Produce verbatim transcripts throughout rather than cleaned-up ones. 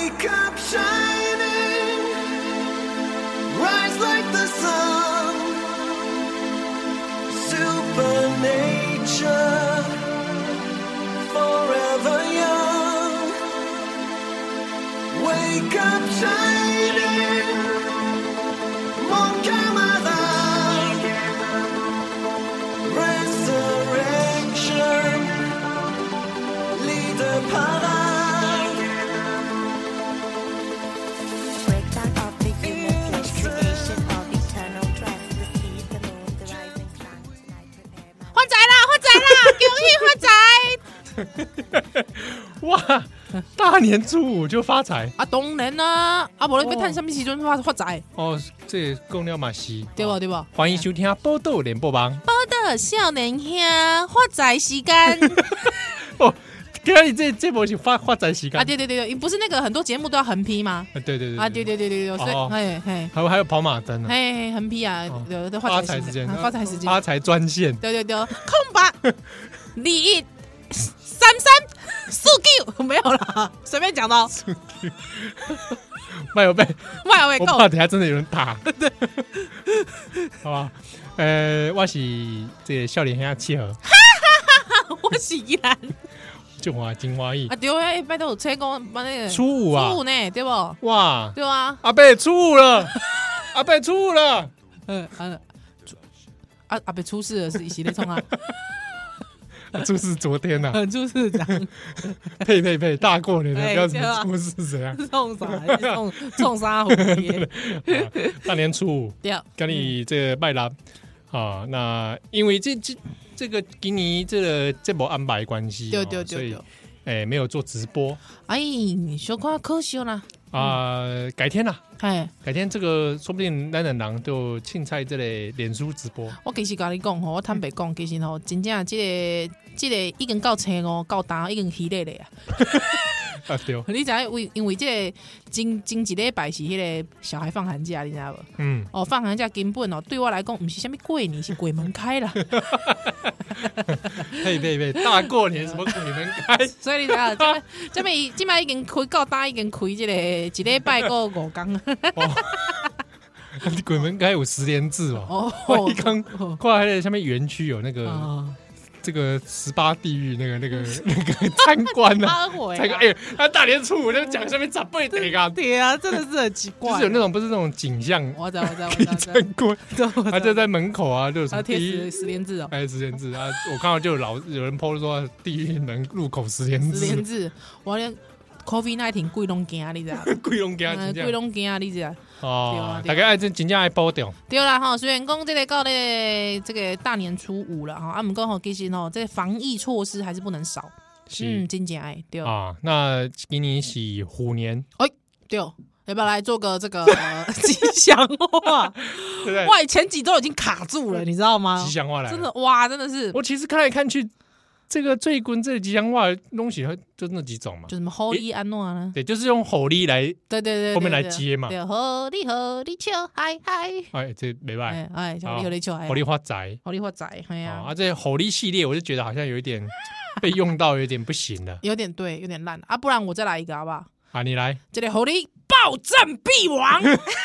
Wake up shining, rise like the sun, supernature, forever young. Wake up shining, mon camarade, resurrection, leader parade. Breakdown of the human flesh, creation of eternal dress, the sea, the moon, the rising sun. Tonight prepare my 发财啦，发财啦，恭喜发财！ 哇，大年初五就发财啊，当然啦，啊，无你要趁什么时阵发发财？ 哦！这讲了嘛是， 对不对不？ 欢迎收听《报道联播网》 报道少年兄发财时间哦。今日这这波是发发财时间啊，对对对对，不是那个很多节目都要横批吗？ 啊，对对对啊，对对对对对，所以哦嘿嘿还有还有跑马灯啊， 嘿横批啊哦， 有的发发财时间财时间，，发财时间， 发财专线， 对对对，空白李一三三四九没有啦，随便讲的哦， 没有被， 外围够我怕等下真的有人打，对，好吧，呃，我是这个少年兄契合， 我是依然就华金花艺啊，对哎，拜托有车公把那个初五啊初五呢，对不？ 哇， 对啊， 阿伯初五了，阿伯初五了， 嗯啊，啊啊被出事了，是一起在冲啊， 这是昨天呐， 出事长呸呸呸，大过年的哎不要什对啊么出事怎样？ 冲啥？冲冲啥虎爷？ 大年初五， 对， 跟你这个拜啦啊，那因为这这这个给你这个这波安排关系， 对哦所以对对对， 哎没有做直播哎，小可可惜啦， 啊，改天啦， 哎， 改天这个说不定咱两人就凊彩这个脸书直播， 我其实甲你讲吼，我坦白讲，其实吼，真正即个即个已经到青五到单，已经稀累咧啊。 啊对， 你知影为因为即个前前一礼拜是迄个小孩放寒假，你知道无？ 嗯， 哦，放寒假根本哦，对我来讲，不是什么过年，是鬼门开啦。 呸呸呸，大过年什么鬼门开？ 所以你知道，这摆这摆即摆已经开到单，已经开即个一礼拜过五工。 哦，鬼门开有十连字哦。 哦， 我一刚过来的下面园区有那个啊， 这个十八地狱那个那个那个参观啊， 八回参观哎，他大年初五就讲下面长辈得啊， 对啊，真的是很奇怪。 就是有那种不是那种景象我知道我知道我可以知道我知道参观， 我知道，我知道他就在门口啊，就有什啊贴么第一十十连字哦， 哎十连字啊，我看到就有老有人 po 说地狱门入口十连十连字， 字，我连 COVID 十九 鬼拢惊，你知道？ 贵龙给他嗯真正鬼拢惊，你知道？对哦啊，对啊大概爱真真正爱包掉对啦哈，虽然讲这个到咧这个大年初五了哈，啊，毋过吼其实吼这个防疫措施还是不能少， 是嗯，真正哎，对啊。那今年是虎年， 对，要不要来做个这个呃吉祥话？ 对不对？ 哇，前几周已经卡住了，你知道吗吉？祥话来了， 真的哇，真的是我其实看来看去，这个最滚这个吉祥话东西就那几种嘛就。什么好利安诺呢？ 对，就是用吼力来， 对对对， 后面来接嘛对，好利好利笑嗨嗨， 哎，这没办哎哎，好利好利笑嗨， 吼力发财好利发财，哎呀啊，，这吼力系列我就觉得好像有一点被用到，有点不行了有点对，有点烂啊，不然我再来一个好不好？ 啊！你来， 这个好利暴政必亡，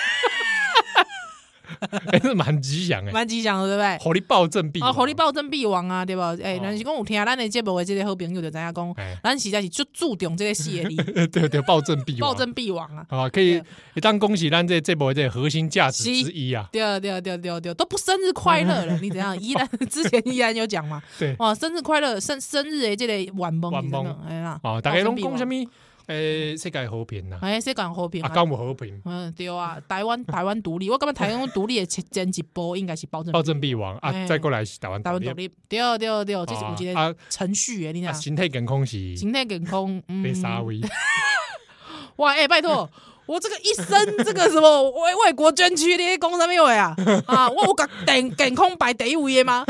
哎，这蛮吉祥哎， 蛮吉祥的，对不对？ 吼力暴政必啊， 亡互你暴政必亡啊，对吧？哎， 哦但是讲有听咱的节目的这个好朋友就知影讲， 哎， 咱实在是就注重这个系列， 对对，暴政必亡， 暴政必亡啊！ 啊，可以一当恭喜咱这这波这核心价值之一啊！ 对对对对对，都不生日快乐了，你怎样？依然之前依然有讲嘛， 对哇，生日快乐，生生日的这个晚梦， 晚梦哎呀， 啊，大家拢讲什么？ 么？诶，世界和平呐， 哎，谁讲和平啊， 啊？ 讲无和平， 嗯，对啊，台湾台湾独立，我感觉台湾独立的前前一波应该是暴政暴政必亡啊！ 哎再过来是台湾台湾独立，对对对，这是有一啊个程序的，你啊， 讲， 身体健康是形态健康，嗯被杀威， 哇，哎、拜托，我这个一生这个什么为为国捐躯，你讲什么话啊？啊，我有甲健健康排第一位的吗？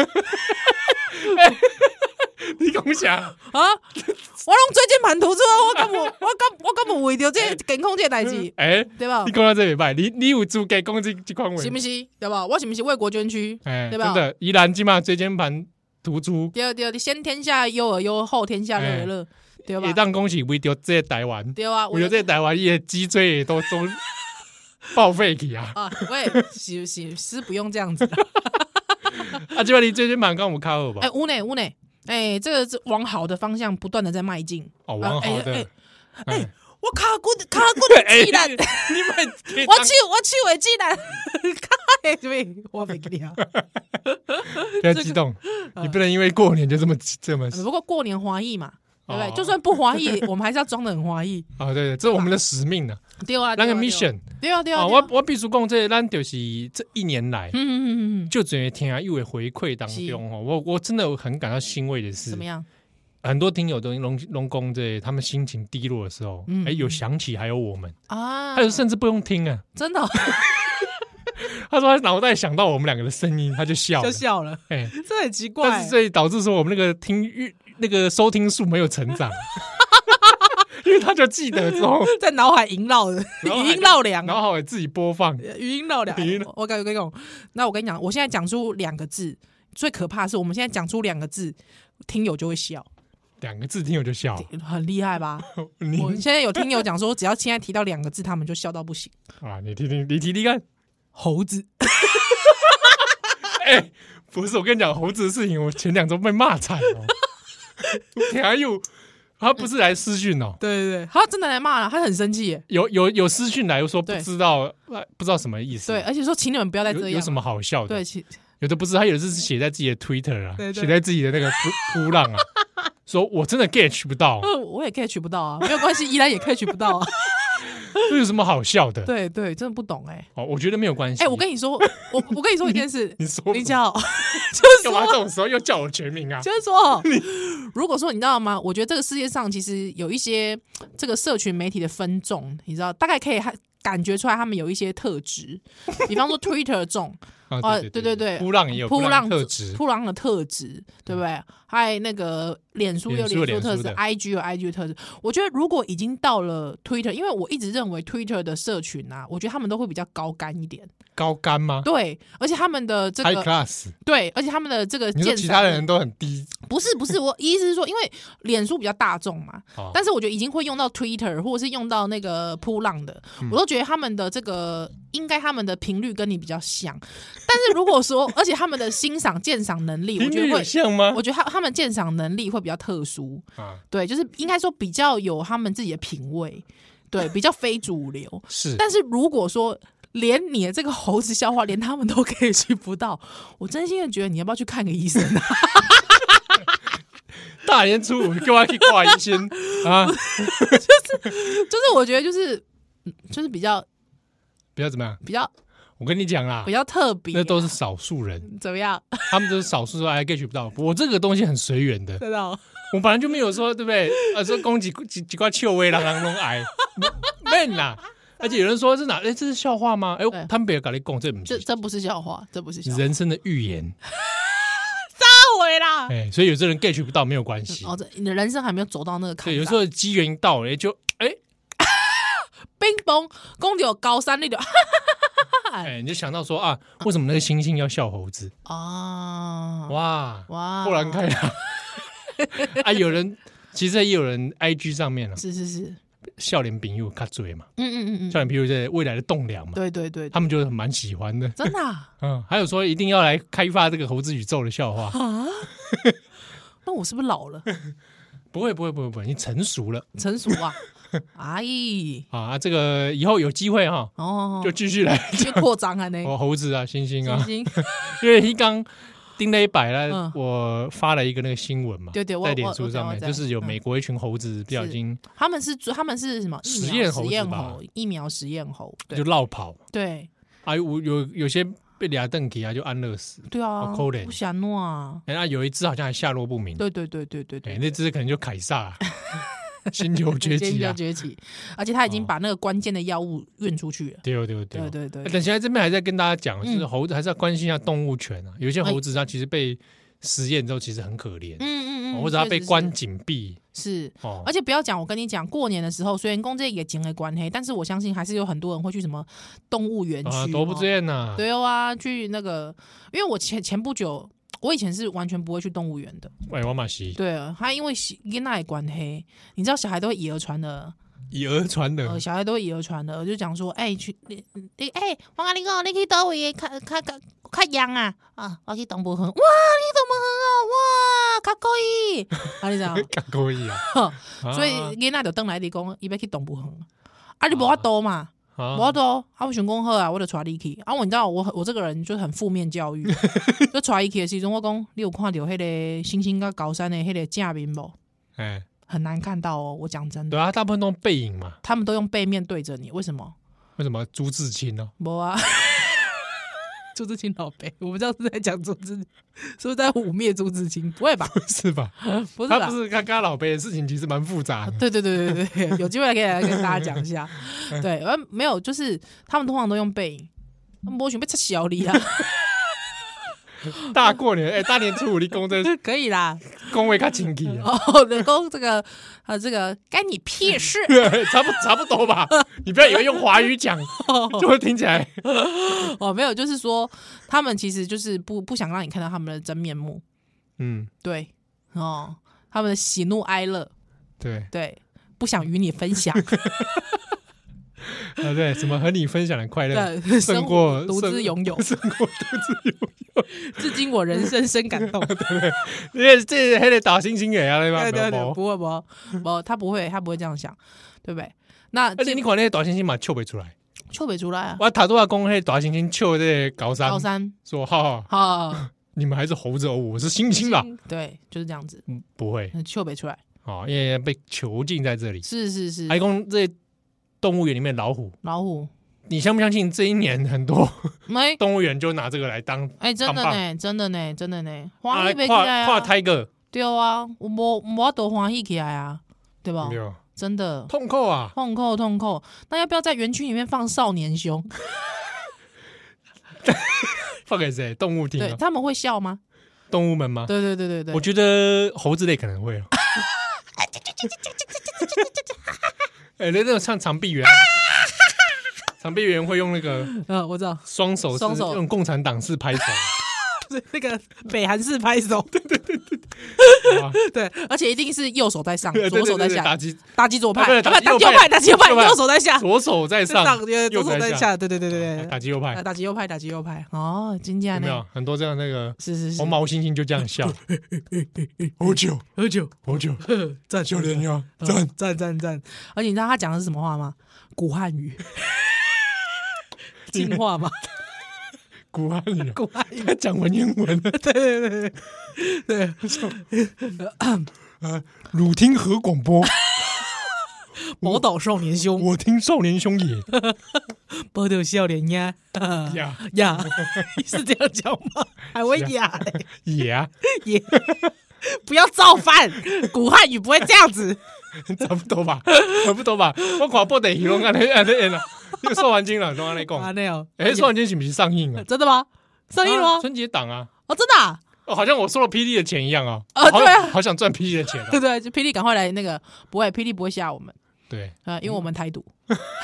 你讲啥？ 啊，我拢椎间盘突出，我敢无我敢我敢无为着这个健康这个代志， 哎， 对吧你？讲到这礼拜，你你有资格讲这这款话是？不是？对吧？我是不是为国捐躯？ 哎， 对吧真的，宜兰今嘛椎间盘突出， 对对，你先天下忧而忧，后天下乐而乐，对吧也？当恭喜为着这个台湾， 对啊， 为着这个台湾，伊的脊椎也都都报废去啊！ 啊，喂，是是是不用这样子的。 啊，这边你最近蛮刚我们看好吧哎，？屋内屋内，哎，这个是往好的方向不断的在迈进。 哦，往好的哎哎， 哎， 我卡骨卡骨哎既然， 你们我手我手的既然，卡什么？我没跟你啊。 不要激动，你不能因为过年就这么这么不过过年华裔嘛，对不对？ 哦就算不华裔，我们还是要装的很华裔。 啊，对对，这是我们的使命呢， 对啊， 那个对啊 mission 对啊对啊， 啊， 对啊我我必须讲，这咱就是这一年来， 嗯嗯嗯嗯， 就整个听啊，又的回馈当中哦，我我真的很感到欣慰的是， 怎么样？ 很多听友都龙龙公这他们心情低落的时候， 嗯哎，有想起还有我们， 啊， 还有甚至不用听啊， 真的哦他说他脑袋想到我们两个的声音，他就笑了就，笑了， 哎， 这很奇怪但是。所以导致说我们那个听阅那个收听数没有成长，因为他就记得之后， 在脑海萦绕的， 然后还语音绕梁， 然后还自己播放， 语音绕梁。 语音我我跟我跟你讲，那我跟你讲，我现在讲出两个字，最可怕的是我们现在讲出两个字，听友就会笑， 两个字听我就笑， 很厉害吧？ 你我现在有听友讲说，只要现在提到两个字，他们就笑到不行。 啊，你听听，你听听看， 猴子， 哎，不是我跟你讲猴子的事情，我前两周被骂惨哦，田又他不是来私讯哦。 对对对，他真的来骂了，他很生气耶。 有有有私讯来说不对知道不知道什么意思， 对，而且说请你们不要再这样。 有有什么好笑的？ 对，其有的不是，他有的是写在自己的 Twitter 啊， 对对写在自己的那个扑扑浪啊，说我真的 get 不到， 呃，我也 catch 不到啊，没有关系，依然也 catch 不到啊。 这有什么好笑的？ 对对，真的不懂哎。 哦，我觉得没有关系。 哎，我跟你说，我我跟你说一件事， 你说你叫，就是干嘛这说， 种时候又叫我全名啊？ 就是说，如果说你知道吗？我觉得这个世界上其实有一些这个社群媒体的分众，你知道，大概可以感觉出来他们有一些特质，比方说 Twitter 众。 啊， 啊， 对对对对， 扑浪也有扑浪特质， 扑浪的特质，对不对？还有那个脸书有脸书有脸书特质脸书的 ，I G 有 I G 的特质。我觉得如果已经到了 Twitter，因为我一直认为 Twitter 的社群啊，我觉得他们都会比较高干一点， 高干吗对，而且他们的这 ？High 个 class， 对，而且他们的这个你说鉴赏其他的人都很低， 不是不是，我意思是说，因为脸书比较大众嘛， 哦但是我觉得已经会用到 Twitter 或者是用到那个扑浪的， 嗯我都觉得他们的这个应该他们的频率跟你比较像。但是如果说，而且他们的欣赏鉴赏能力，我频率有觉得会， 像吗我？觉得他他们鉴赏能力会比较特殊， 啊， 对，就是应该说比较有他们自己的品味，对，比较非主流。 是， 但是如果说连你的这个猴子笑话，连他们都可以去不到，我真心的觉得你要不要去看个医生啊？ 大年初五给我去挂一心啊， 就是我觉得就是嗯就是比较不要怎么样？ 比较我跟你讲啦比，较特别啊， 那都是少数人， 怎么样？ 他们都是少数说哎 get 不到。我这个东西很随缘的， 真的哦我本来就没有说对不对？呃，说攻击几几块臭味让人弄癌，没啦。而且有人说这哪？哎，这是笑话吗？哎对， 他们别搞你讲这不是这这不是笑话，这不是笑话， 人生的预言。 大回啦。 哎，所以有些人 get 不到没有关系。 哦，这你的人生还没有走到那个坎对， 上。 有时候机缘一到，哎，就哎冰崩，公有高山那种哎，你就想到说啊，为什么那个猩猩要笑猴子？ 啊， 哇哇豁然开朗啊！有人其实也有人 I G 上面啊， 是是是， 笑脸饼又卡嘴嘛， 嗯嗯嗯嗯， 笑脸饼又在未来的栋梁嘛， 对对对， 他们就蛮喜欢的。 真的啊嗯，还有说一定要来开发这个猴子宇宙的笑话， 啊那我是不是老了， 不会不会不会不会，你成熟了成熟啊？哎， 啊！这个以后有机会哈， 哦， 就继续来去扩张啊，那哦猴子啊猩猩啊， 星星， 因为一刚丁了一百了嗯， 我发了一个那个新闻嘛， 对对我在脸书上面， 我我知道就是有嗯美国一群猴子不小心他们是他们是什么疫苗实验猴子实验吧猴疫苗实验猴， 就对绕跑对啊，有有有些被俩瞪起啊，就安乐死。 对啊， 好可怜不想弄啊， 哎那有一只好像还下落不明， 对对对对对哎， 对， 那只可能就凯撒啊星球崛今天就起啊， 崛起，而且他已经哦把那个关键的药物运出去了， 对对对对对对但现在这边还在跟大家讲，就是嗯猴子还是要关心一下动物权啊。有些猴子它其实被实验之后，其实很可怜， 嗯嗯嗯， 哦或者它被确实关紧闭是。是哦而。且不要讲，我跟你讲，过年的时候虽然公这也警为关黑，但是我相信还是有很多人会去什么动物园区、 啊， 哦， 都不这样呐。 对啊，去那个，因为我前前不久， 我以前是完全不会去动物园的。 喂，我马西对啊，他因为跟那关系，你知道小孩都会以讹传讹， 以讹传呃， 讹， 小孩都会以讹传讹，就讲说，哎、欸，去你你哎，我跟你讲，你去倒位看看看看羊啊啊，我去动物园，哇，你动物园哦，哇，较可以，啊，你知道？ 敢可以啊， 所以囡仔就登来你讲，伊要去动物园，啊，你无法度嘛。 啊无法度，啊，我想讲好啊，我就带你去。啊，我你知道我我这个人就很负面教育，就带伊去的时阵，我讲你有看到迄个星星跟高山的迄个正面无？ 哎， 很难看到哦，我讲真的， 对啊，大部分都背影嘛， 他们都用背面对着你，为什么？ 为什么朱自清呢？ 无啊，朱自清老辈，我不知道是在讲朱自，是不是在污蔑朱自清？不会吧？ 不是吧？ 不是吧他不？是他跟他老辈的事情，其实蛮复杂的。 对对对对对，有机会可以来跟大家讲一下。对，而没有，就是他们通常都用背影，我想被插小你啊， 大过年，哎，大年初五你公这可以啦。 恭维他亲戚啊， 哦，人工这个啊，这个干你屁事差不差不多吧？你不要以为用华语讲就会听起来， 哦，没有，就是说他们其实就是不不想让你看到他们的真面目， 嗯， 对哦，他们的喜怒哀乐， 对， 对，不想与你分享， 啊对，什么和你分享的快乐对， 胜生过活独自拥有， 胜过独自拥有， 至今我人生深感动。 因为这还得打星星给啊，对吧？ 对对对， 没有不会不会不会，他不会，他不会这样想，对不对？那而且你看那些大猩猩嘛，笑不出来。 秋北出来啊， 我塔多亚公那大猩猩笑这个高山， 高山说哈哈， 啊， 你们还是猴子哦，我是猩猩啦。 对，就是这样子， 嗯，不会秋北出来， 哦，因为被囚禁在这里。 是是是， 还公这动物园里面老虎， 老虎， 你相不相信这一年很多没， 动物园就拿这个来当哎，真的扛棒呢，真的呢，真的呢， 拿欢来喜不起来跨跨啊， 胎个， 对啊，我无我都欢喜起来啊，对吧没？有真的痛扣啊！ 痛扣痛扣，那要不要在园区里面放少年凶？ 放给谁？动物听啊？ 对他们会笑吗？ 动物们吗？ 对对对对对， 我觉得猴子类可能会哦。哎，那那种唱长臂猿，长臂猿会用那个呃，我知道， 双手是双手用共产党式拍手， 是那个北韩式拍手，对对啊对，而且一定是右手在上， 对对左手在下， 对打击打击左派， 啊不是啊不打击右派打击右派，打击右派， 右派右手在下， 左手在上， 上， 右左手在在下，对对对对对， 打击右派啊，打击右派，打击右派，哦，今天有没有呢？ 很多这样那个是是是红，毛猩猩就这样笑？好久喝酒， 好久， 赞教练呀， 赞赞赞赞赞！而且你知道他讲的是什么话吗？古汉语，进化嘛， 古汉语， 古汉语， 他讲文言文， 对对对对对， 呃，汝听何广播？ 宝岛少年兄， 我听少年兄也宝岛少年呀呀呀，是这样讲吗？还会呀嘞也啊， 也，不要造反，古汉语不会这样子。 差不多吧，差不多吧。我看报地龙啊，那那那那，那个《寿环金》了，都安尼啊， 讲。 那样， 哎，《寿环金》是不是上映了？ 真的吗？上映了吗？ 啊春节档啊， 哦，真的啊？ 哦，好像我收了霹雳的钱一样啊。 啊好对啊好想赚霹雳的钱啊。 对对，就霹雳赶快来那个，不会，霹雳不会吓我们， 对， 呃，因为我们台独。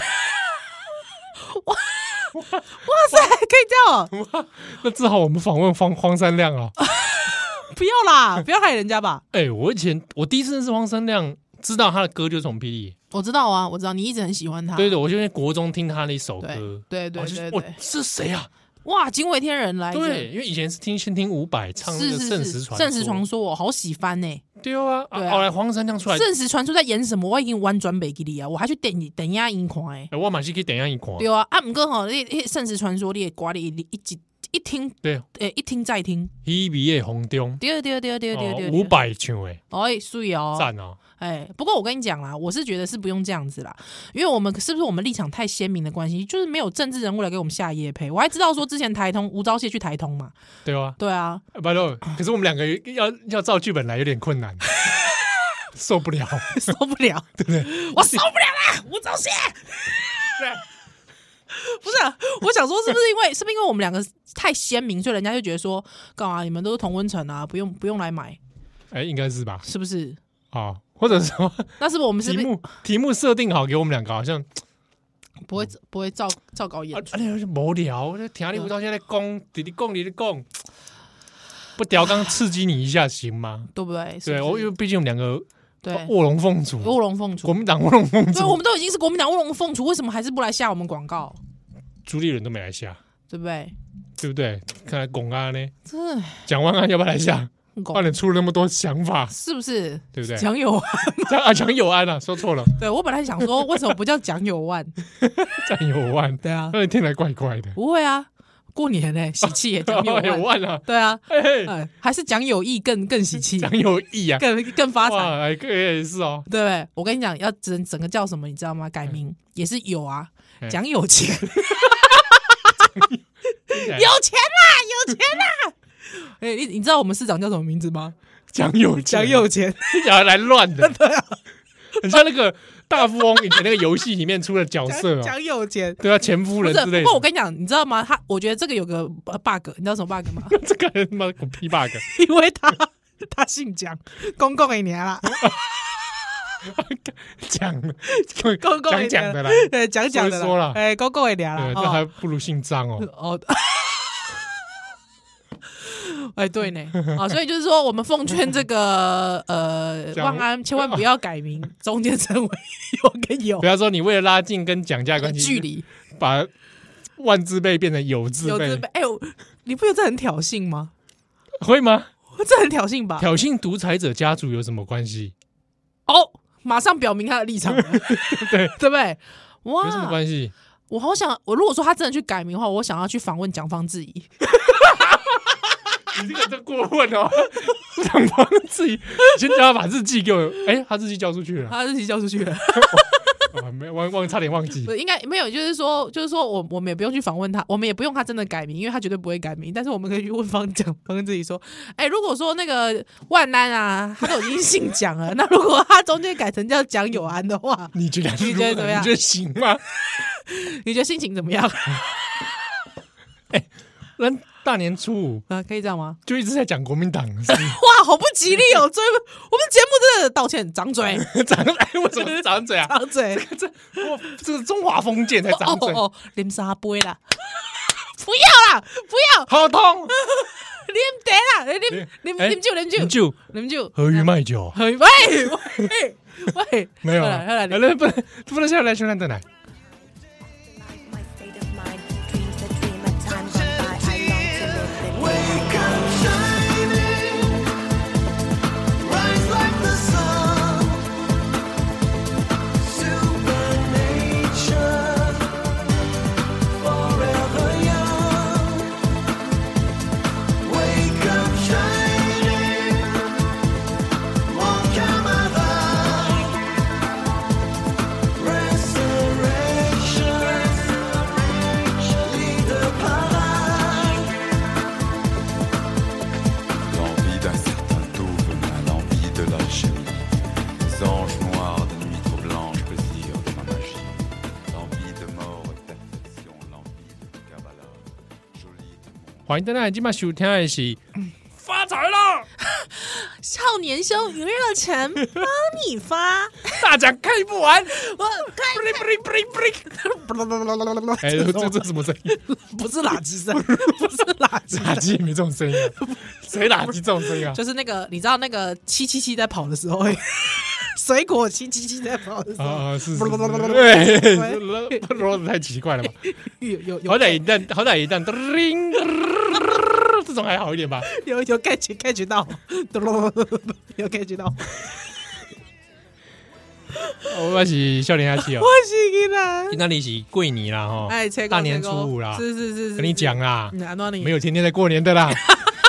哇哇塞，可以这样哦？ 那只好我们访问荒荒山亮啊。 不要啦，不要害人家吧。 哎，我以前我第一次认识荒山亮，知道他的歌就是从霹雳。 我知道啊，我知道你一直很喜欢他。 对对，我就在国中听他的一首歌。 对对我就对对对， 我是谁啊？ 哇，惊为天人来着。 对，因为以前是听先听伍佰唱那个《 是是是， 圣石传圣石传说，我好喜欢呢。 对啊， 对啊后来黄山亮出来， 圣石传说在演什么？我已经完全没记哩啊，我还去等等下音看诶。 哎我马上可以等一下一看。 对啊，啊，唔过吼，你你圣石传说你的歌你一一一听， 对， 诶，一听再听。 稀微的风中， 对对对对对对， 伍佰唱的， 哎，水哦， 赞哦。 哎，不过我跟你讲啦，我是觉得是不用这样子啦，因为我们是不是我们立场太鲜明的关系，就是没有政治人物来给我们下夜配。我还知道说之前台通吴钊燮去台通嘛， 对啊， 对啊， 拜托，可是我们两个要要照剧本来有点困难，受不了， 受不了， 对不对？ 我受不了啦，吴钊燮。 对， 不是、啊，我想说是不是因为是不是因为我们两个太鲜明，所以人家就觉得说干嘛你们都是同温层啊，不用不用来买， 哎，应该是吧？ 是不是？ 啊，或者说那是不是我们是不是题目题目设定好给我们两个，好像不会不会照照稿演啊，？而且无聊，听你吴钊燮在讲，弟弟讲，弟弟讲，不不调刚刺激你一下行吗？ 对不对？是对， 不是我因为毕竟我们两个对卧龙凤雏， 卧龙凤雏国，民党卧龙凤对，我雏， 们都已经是国民党卧龙凤雏，为什么还是不来下我们广告？ 朱立伦都没来下， 对不对？ 对不对？看来龚安呢， 真的蒋万安要不要来下？ 狗帮你出了那么多想法， 是不是？ 对不对？ 蒋友蒋啊，蒋友安啊，说错了， 对我本来想说，为什么不叫蒋友万？ 蒋友安， 对啊， 那你听起来怪怪的。 不会啊，过年呢，喜气也蒋友有万， 万啊， 对啊， 嘿嘿， 哎，还是蒋友义更更喜气， 蒋友义啊， 更更发财， 哇，哎，个也是哦， 对不对？我跟你讲，要整整个叫什么，你知道吗？改名也是有啊， 哎蒋有钱， 听起来有钱啦，有钱啦。哎，你你知道我们市长叫什么名字吗？ 蒋友蒋有钱， 听起来来乱的，对啊，很像那个大富翁以前那个游戏里面出的角色哦， 蒋有钱。 对啊，前夫不是， 人之类的不过。我跟你讲，你知道吗？他我觉得这个有个 bug，你知道什么 bug 吗？ 这个人他妈狗屁 bug， 因为他他姓蒋，公公一年啦， 讲公公讲讲的啦， 对，讲讲的说一说啦哎，公公一年啦对，，那还不如姓张哦。 哦。哎，对呢，啊，所以就是说，我们奉劝这个呃蒋万安千万不要改名，中间称为有跟有不要说你为了拉近跟蒋家的关系， 距离， 把万字辈变成有字辈有字辈。，哎呦，你不觉得这很挑衅吗？ 会吗？ 这很挑衅吧？ 挑衅独裁者家族有什么关系？ 哦，马上表明他的立场了， 对， 对不对？哇， 有什么关系？ 我好想，我如果说他真的去改名的话，我想要去访问蒋方智怡。 你这个真过分哦！蒋方自己先叫他把日记给我，哎，他日记交出去了， 他日期交出去了， 啊没忘忘差点忘记不。应该没有，就是说，就是说我我们也不用去访问他，我们也不用他真的改名，因为他绝对不会改名。但是我们可以去问方蒋方自己说，哎，如果说那个万安啊，他都已经姓蒋了，那如果他中间改成叫蒋友安的话， 你觉得你觉得怎么样你觉得行吗？ 你觉得心情怎么样？ 那大年初五啊，可以这样吗？ 就一直在讲国民党的事， 哇，好不吉利哦！追我们节目真的道歉，掌嘴， 长哎，为什么是长嘴啊？ 掌嘴， 这我这个中华封建才长嘴， 哦哦，啉三杯啦，不要啦，不要， 好痛！ 啉茶啦，啉啉哎啉酒，啉酒， 饮酒啉酒， 何鱼卖酒， 喂喂喂喂， 没有啊？ 好来， 来来，不能不能下来，兄弟等来。 My state of mind, dreams a dream, a time gone by. I long to live the Wake up shining, rise like the sun, supernature, forever young. Wake up shining, mon camarade, restoration, lead the parade. L'envie d'un certain taux venin, l'envie de l'alchimie. Les anges noirs de nuit trop blanche, plaisir de ma magie. L'envie de mort et perfection, l'envie de Kabbalah. Jolie de mon 欢迎大家今晚收听的是发财了， 少年兄娱乐城帮你发， 大奖开不完， 我开不灵不灵不灵不灵。哎，这这什么声音？ 不是垃圾声，不是垃圾垃圾也没这种声音啊？谁垃圾这种声音啊？ 就是那个你知道那个七七七在跑的时候，水果七七七在跑的时候， 啊，是是是，对，罗子太奇怪了吧？ 有有有好歹一旦，好歹一旦，叮，这种还好一点吧？ 有有 catch catch 到，有 catch 到， 我我是少年阿七哦我，是个人， 今天是过年啦哈， 哎，切大年初五啦， 是是是是， 跟你讲啦， 嗯，安诺你没有天天在过年的啦。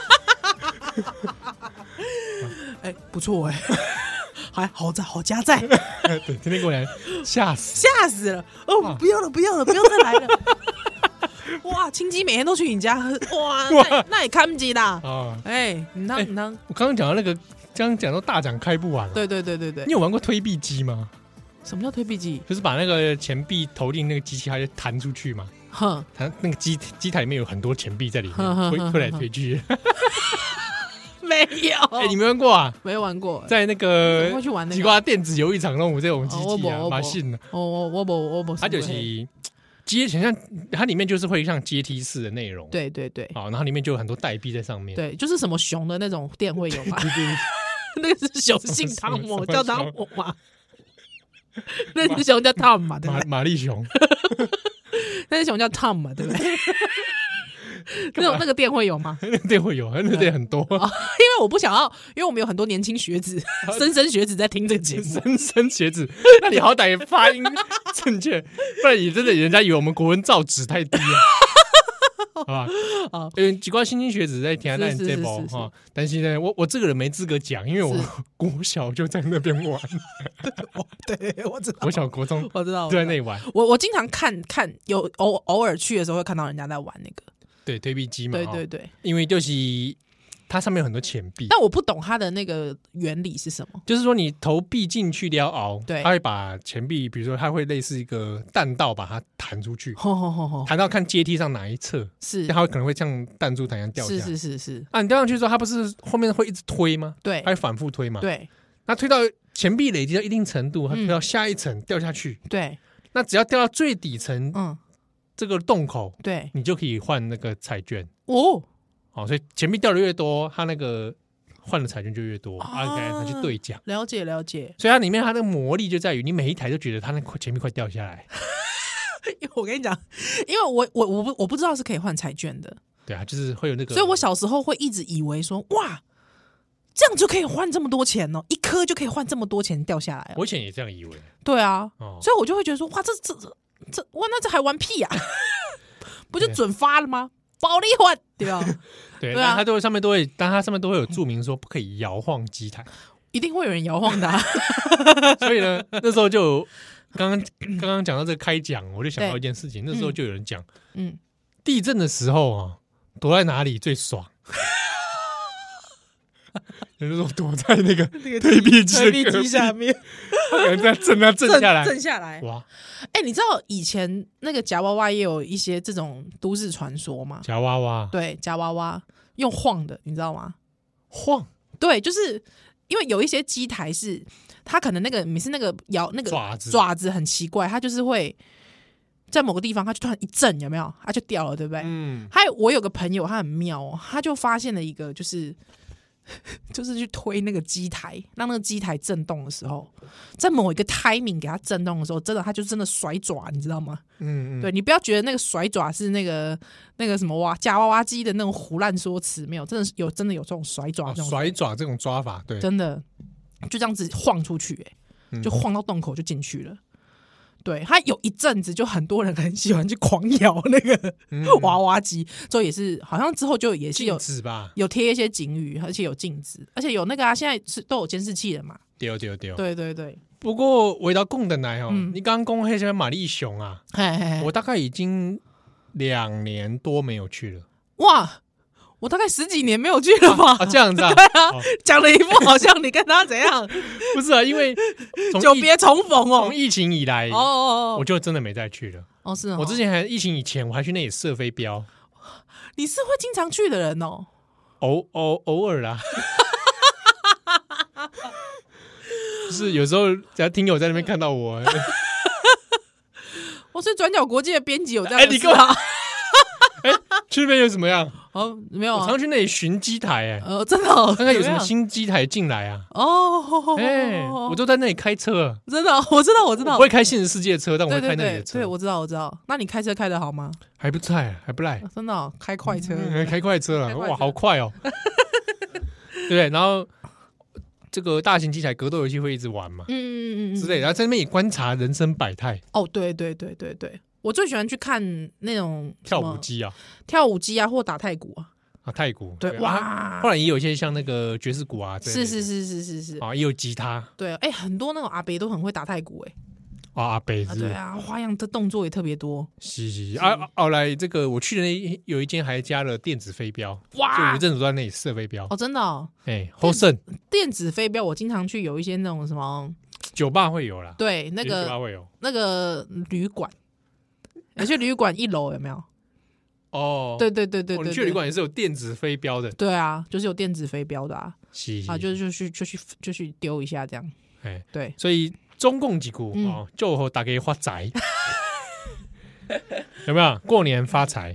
哎，不错哎，还好在好家在， 对，天天过年吓死。 吓死了！哦，不要了，不要了，不要再来了！哇，亲戚每天都去你家喝，哇，那那也看不起啦！ 啊！ 哎，你当你当， 我刚刚讲到那个，刚刚讲到大奖开不完了。 对对对对对你，有玩过推币机吗？ 什么叫推币机？ 就是把那个钱币投进那个机器，它就弹出去嘛。 哼， 它那个机机台里面有很多钱币在里面， 哼哼哼推推来推去。 没有， 哎，你没玩过啊？ 没玩过。 在那怎个么会去玩那个西瓜电子游艺场那种这种机器啊， 哦我没我没马信呢？ 哦，我我不我不， 它就是阶，想象它里面就是会像阶梯式的内容，， 对对对好，然后里面就有很多代币在上面， 对，就是什么熊的那种店会有吗？ 对对对那个是熊姓汤姆， 什么什么叫汤姆嘛。那只熊叫 Tom 嘛，对不玛对？ 玛丽熊， 那只熊叫 Tom 嘛，对不对？那种那个店会有吗？ 那个店会有，那个店很多， 因为我不想要，因为我们有很多年轻学子、莘莘学子在听这个节目。 莘莘学子，那你好歹发音正确，不然你真的人家以为我们国文造纸太低了。好吧， 好因为几挂新兴学子在听那是是这波是是哈，但是呢，我我这个人没资格讲，因为我是国小就在那边玩， 对，我知道， 国小国中我知道， 就在那里玩， 我我经常看看，有偶偶尔去的时候会看到人家在玩那个。 对推币机嘛，哈对对对， 因为就是它上面有很多钱币， 但我不懂它的那个原理是什么。 就是说你投币进去了熬， 对它会把钱币，比如说它会类似一个弹道把它弹出去， 吼吼吼吼， 弹到看阶梯上哪一侧， 是它会可能会像弹珠弹一样掉下是来。 是是是， 啊，你掉上去之后，它不是后面会一直推吗？ 对它会反复推嘛。， 对那推到钱币累积到一定程度，它推嗯到下一层掉下去， 对， 那只要掉到最底层嗯， 这个洞口， 对， 你就可以换那个彩券。 哦， 好，所以钱币掉的越多，它那个换的彩券就越多， 啊啊，可以拿去兑奖。 了解了解。 所以它里面它的魔力就在于，你每一台都觉得它那块钱币快掉下来。 因为我跟你讲，因为我我我不我不知道是可以换彩券的， 对啊，就是会有那个， 所以我小时候会一直以为说，哇，这样就可以换这么多钱哦，一颗就可以换这么多钱掉下来哦。 我以前也这样以为。 对啊， 哦， 所以我就会觉得说，哇，这这这这，哇，那这还玩屁呀、不就准发了吗？保利换，对吧？ 对， 对啊那它都会上面都会，但它上面都会有注明说不可以摇晃机台。 一定会有人摇晃的、啊。 所以呢，那时候就有刚刚刚刚讲到这个开讲，我就想到对一件事情，那时候就有人讲， 嗯， 地震的时候啊，躲在哪里最爽？有人说躲在那个那个推币机的推币隔壁机下面可能这样震它震下来， 震下来。 哇， 哎、你知道以前那个夹娃娃也有一些这种都市传说吗？ 夹娃娃对，夹娃娃用晃的，你知道吗？ 晃对，就是因为有一些机台是它可能那个每次那个摇那个爪子爪子很奇怪，它就是会在某个地方它就突然一震，有没有？它就掉了，对不对？ 嗯， 还有我有个朋友，他很妙哦，他就发现了一个，就是就是去推那个机台，让那个机台震动的时候，在某一个 timing 给它震动的时候，真的他就真的甩爪，你知道吗？ 嗯嗯， 对你不要觉得那个甩爪是那个那个什么哇夹娃娃机的那种胡乱说辞，没有，真的是有真的有这种甩爪哦这种、 甩爪这种抓法，对， 真的就这样子晃出去、欸， 嗯就晃到洞口就进去了。对，他有一阵子就很多人很喜欢去狂摇那个嗯娃娃机，之后也是好像之后就也是有禁止吧？ 有贴一些警语，而且有禁止，而且有那个啊，现在是都有监视器了嘛。 丢丢丢。 对对对， 不过回到供的来哦， 嗯你刚刚公黑些玛丽熊啊， 嘿嘿嘿我大概已经两年多没有去了。 哇，我大概十几年没有去了吧？ 啊，这样子啊？ 对啊哦， 讲了一副好像你跟他怎样不是啊，因为从疫久别重逢哦从。疫情以来哦，哦哦我就真的没再去了。 哦，是哦。 我之前还疫情以前，我还去那里射飞镖， 你是会经常去的人哦。 偶偶偶尔啦。就是有时候只要听友在那边看到我， 我是转角国际的编辑，有这样哎你干的事啊？ 去那边有怎么样？ 哦，没有啊我常。去那里巡机台，哎， 呃，真的哦， 看看有什么怎样新机台进来啊。 哦。 哎，我都在那里开车， 真的哦，我知道，我知道我不。会开现实世界的车，但我会对对对开那里的车对，，我知道，我知道。那你开车开的好吗？ 还不菜，还不赖。 真的哦开快车。 嗯开快车了， 开快车哇，好快哦！对不对？然后这个大型机台格斗游戏会一直玩嘛嗯嗯嗯嗯之类的，然后在那边也观察人生百态， 哦，对对对对对，我最喜欢去看那种跳什么舞机啊跳舞机啊，或打太鼓啊。 啊太鼓， 对， 啊哇后，来也有一些像那个爵士鼓啊，这类的是是是是是是， 啊，也有吉他对，哎，很多那种阿伯都很会打太鼓，哎， 啊，阿贝啊， 是对啊，花样的动作也特别多。 是是啊，啊后来这个我去的那有一间还加了电子飞镖， 哇就有一阵子都在那里射飞镖哦，，真的哦， 哎，后胜电子飞镖我经常去有一些那种什么， 酒吧会有啦， 对，那有些酒吧个会有那个旅馆，有些旅馆一楼有没有？ 哦， 对对对对对，对哦你去旅馆也是有电子飞镖的， 对啊，就是有电子飞镖的啊， 是啊，就是就去就去就去丢一下这样， 哎。 对， 所以中共几股嗯哦，就和大家发财。 有没有？过年发财，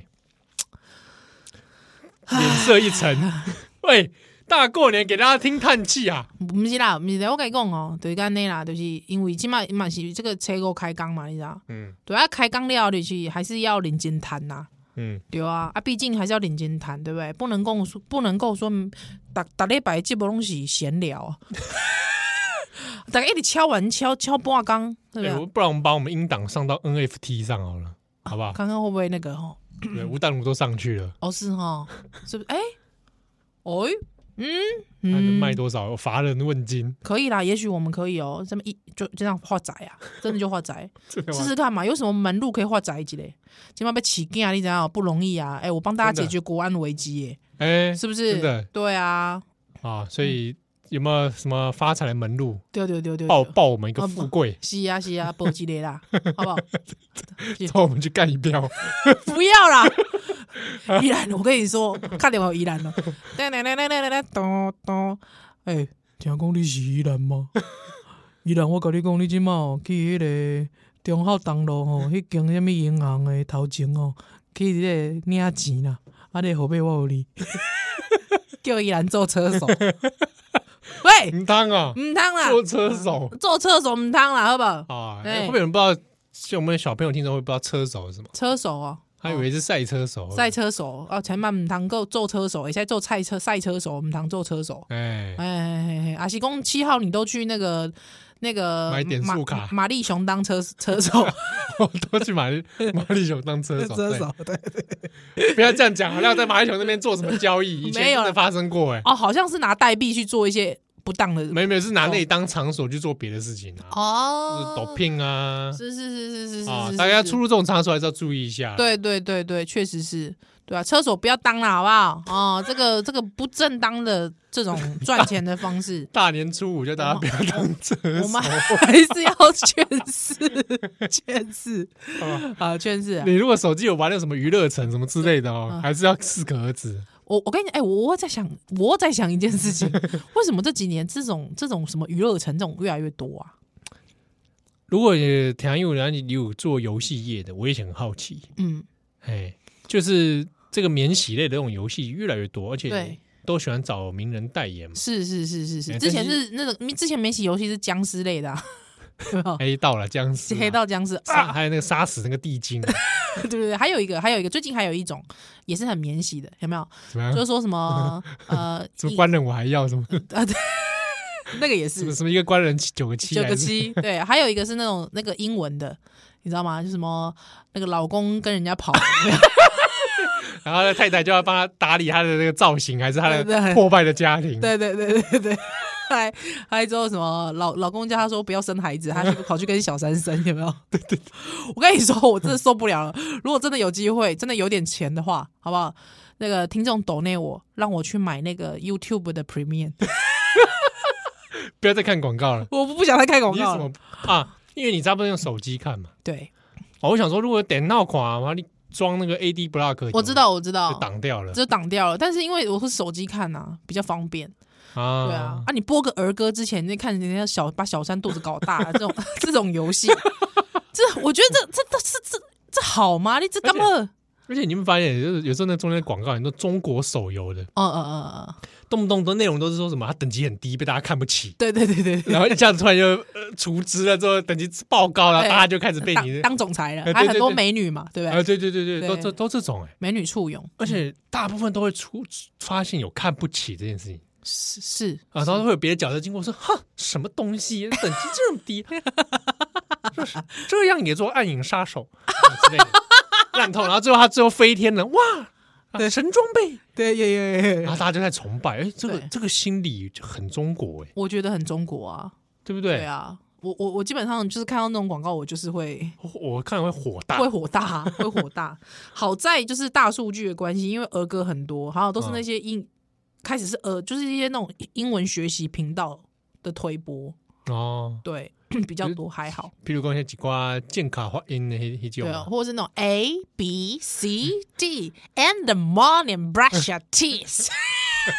脸色一沉。喂，大过年给大家听叹气啊！ 不是啦，不是啦，我跟你讲哦，就是干那啦，就是因为今嘛嘛是这个车五开工嘛，你知道？ 嗯对啊，开工了就是还是要认真谈呐。 嗯， 对啊，啊，毕竟还是要认真谈，对不对？不能够说，不能够说，打打礼拜节目拢是闲聊，大家一直敲完敲敲半工，对不哎， 对？ 我不然我们把我们音档上到 N F T 上好了，好不好？ 看看会不会那个吼？ 对，吴淡如都上去了， 哦，是哈，是不是？哎，哦，嗯看能卖嗯， 多少？乏人问津， 可以啦，也许我们可以哦，这么一就就这样发财啊，真的就发财， 真的吗试试看嘛，有什么门路可以发财一类？今晚被起囝，你知道不容易啊！哎，我帮大家真的解决国安危机，耶， 哎， 是不是？ 真的对啊， 啊，所以有没有什么发财的门路？ 对对对对， 报对报我们一个富贵， 是啊是啊，报几类啦，好不好？ 找我们去干一票。 不要啦，依然，我跟你说，看电话有依然了，噔噔噔噔噔噔噔噔，哎，听讲你是依然吗？依然，我跟你讲，你即马去迄个中孝东路吼，迄间什么银行的头前哦，去迄个领钱啦，啊，你后背我有你，叫依然做车手，喂， 唔当啊， 唔通啦， 做车手做车手唔通啦，好不好？ 啊， 对哎会不会有人不知道？像我们的小朋友听众会不知道车手是什么？ 车手哦。 他以为是赛车手。 赛车手哦，前曼唔通够做车手，现在做赛车赛车手，唔通做车手。 哎， 哎，阿西公七号，你都去那个那个买点马数卡马力熊当车车手， 我都去马力马力熊当车手。 车手对对，不要这样讲，好像在马力熊那边做什么交易，以前没有真的发生过哎。 哦，好像是拿代币去做一些不当的没有没有，是拿那里当场所去做别的事情啊，就是哦， 抖聘啊是是是是是是啊， 是， 大家是出入这种场所还是要注意一下。 对对对对，确实是。对啊，车手不要当了，好不好？哦，这个这个不正当的这种赚钱的方式， 大年初五就大家不要当车手我们，还是要劝世劝世啊，劝世啊。 你如果手机有玩那个什么娱乐城什么之类的哦，还是要适可而止。 我我跟你讲，哎、我我在想，我在想一件事情，为什么这几年这种这种什么娱乐城这种越来越多啊？ 如果田佑然你有做游戏业的，我也很好奇， 嗯， 哎，就是这个免洗类的这种游戏越来越多，而且对都喜欢找名人代言嘛。 是是是是是， 哎之前但是是那种之前免洗游戏是僵尸类的、啊，有没有黑道了僵尸啊， 黑道僵尸啊， 杀还有那个杀死那个地精， 对对对，还有一个还有一个，最近还有一种也是很免洗的，有没有？ 怎么样就是？说什么呃， 什么官人我还要什么啊，对，那个也是什么什么一个官人七九个七九还是个七，对，还有一个是那种那个英文的，你知道吗？就什么那个老公跟人家跑， 然后太太就要帮他打理他的那个造型，还是他对对的破败的家庭？ 对对对对对。还还之后什么老老公叫他说不要生孩子，他去跑去跟小三生，有没有？对对我跟你说，我真的受不了了。如果真的有机会，真的有点钱的话，好不好？那个听众抖内我，让我去买那个 YouTube 的 Premium， 不要再看广告了。 我不想再开广你什告了么。啊？因为你差不多用手机看嘛。 对， 哦，我想说，如果点闹垮嘛，你装那个 A D block， 我知道我知道就，挡掉了就挡掉了。但是因为我是手机看啊，比较方便。 啊。 对啊，啊，你播个儿歌之前，你看人家小把小三肚子搞大了，这种这种游戏，这我觉得这这这这这这好吗？你这干嘛？ 而且你们发现，就是有时候那中间的广告很多中国手游的， 哦哦哦哦， 动不动都内容都是说什么它等级很低，被大家看不起， 对对对对对， 然后一下子突然就呃除职了之后，等级爆高了， 对大家就开始被你当当总裁了， 哎对还很多对对美女嘛，对不啊， 对？ 对对对对， 对都这都这种哎， 美女簇拥， 而且大部分都会出发现有看不起这件事情是是啊，然后会有别的角色经过说，哼，什么东西等级这么低，就是这样也做暗影杀手啊之类的烂透，然后最后他最后飞天了，哇！啊神装备， 对耶耶耶然后大家就在崇拜，哎，这个对这个心理就很中国，哎， 我觉得很中国啊， 对不对？ 对啊，我我我基本上就是看到那种广告，我就是会我我看了会火大会，火大，会火大。好在就是大数据的关系，因为儿歌很多，还有都是那些英、开始是呃，就是一些那种英文学习频道的推播， 哦， 对，比较多还好。 譬如讲一些几挂健卡发音的迄迄种对啊， 啊， 或者是那种 A B C D and the morning brush your teeth，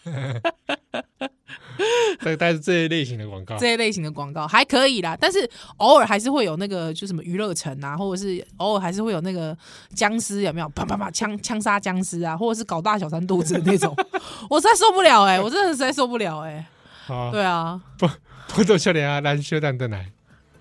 大概是这一类型的广告。 这一类型的广告还可以啦，但是偶尔还是会有那个就什么娱乐城啊，或者是偶尔还是会有那个僵尸有没有？啪啪啪枪枪杀僵尸啊，或者是搞大小三肚子的那种，我实在受不了哎、欸，我真的实在受不了哎、欸。 好， 对啊， 不不多笑脸啊，蓝修蛋蛋来。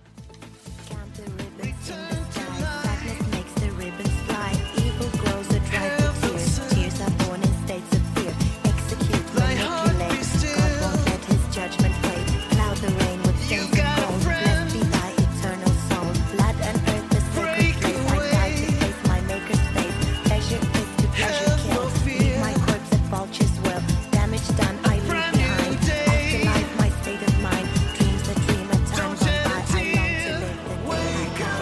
Count the ribbons in the sky. Sadness makes the ribbons fly. Evil grows that drive the tears. Tears are born in states of fear. Execute, manipulate. God won't let his judgment wait. Cloud the rain with sins and gold. Blessed be thy eternal soul. Blood and earth, the sacred place. I die to face my maker's face. Pleasure is to pleasure kill. Leave my corpse at vulture's will. Damage done, I leave behind. Afterlife, my state of mind. Dreams a dream, a time gone by. I long to live the day I